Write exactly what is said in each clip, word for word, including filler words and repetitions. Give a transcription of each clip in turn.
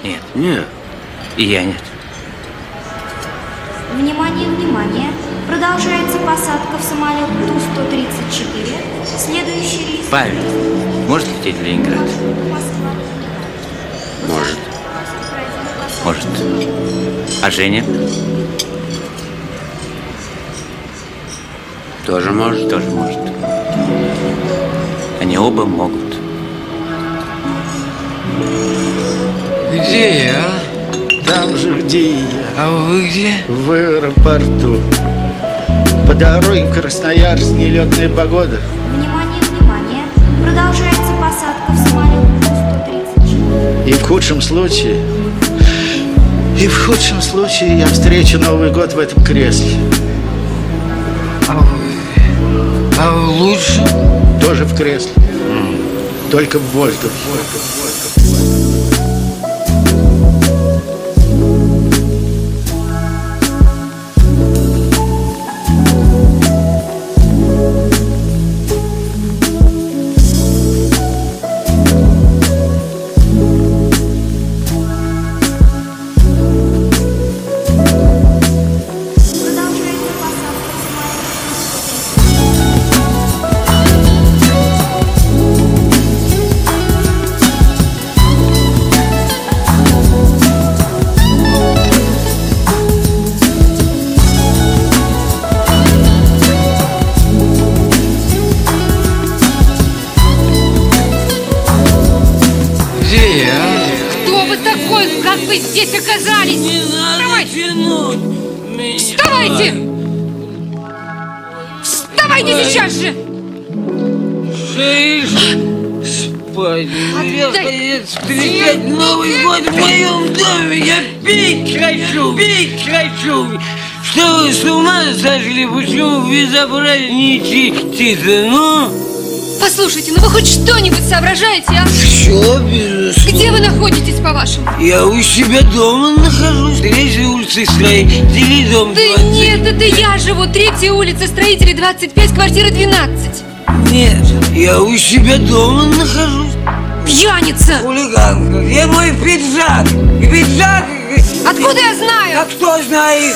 Нет. Нет. И я нет. Внимание, внимание. Продолжается посадка в самолет Ту сто тридцать четыре. Следующий рейс. Павел, может лететь в Ленинград? Может. Может. А Женя? Тоже может. Тоже может. Они оба могут. Где я? Там же, где и я. А вы где? В аэропорту. По дороге в Красноярск нелетная погода. Внимание, внимание. Продолжается посадка в самолет Ту сто тридцать четыре. И в худшем случае, и в худшем случае я встречу Новый год в этом кресле. А вы... А вы лучше? Тоже в кресле. Mm. Только в воздухе. Как вы здесь оказались? Вставайте! Вставайте! Вставайте сейчас же! Спать, мне встречать Новый год в моем доме. Я пить хочу, пить хочу. Что вы с ума сошли? Почему безобразничаете-то, ну? Послушайте, ну вы хоть что-нибудь соображаете, а? Все, безусловно. Где вы находитесь, по-вашему? Я у себя дома нахожусь. Третья улица Строителей, дом Да двадцать. Нет, это я живу. Третья улица Строителей, двадцать пять, квартира двенадцать. Нет, я у себя дома нахожусь. Пьяница! Хулиганка, где мой пиджак? Пиджак? Откуда я знаю? А кто знает?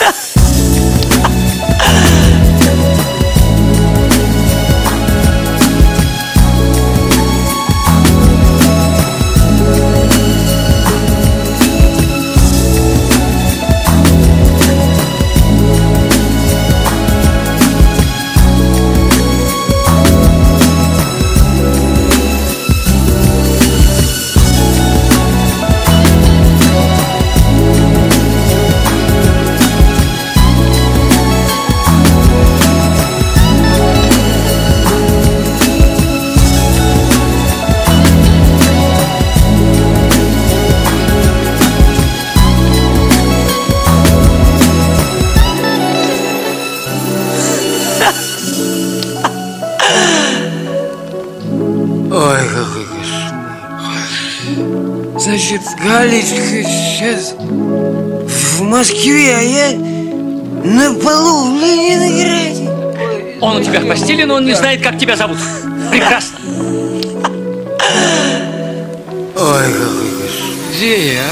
Ой, какой кошмар. Значит, Галечка сейчас в Москве, а я на полу в Ленинграде. Он у тебя в постели, но он не знает, как тебя зовут. Прекрасно. Ой, какой кошмар. Где я?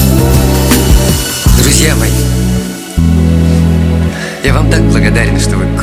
Я вам так благодарен, что вы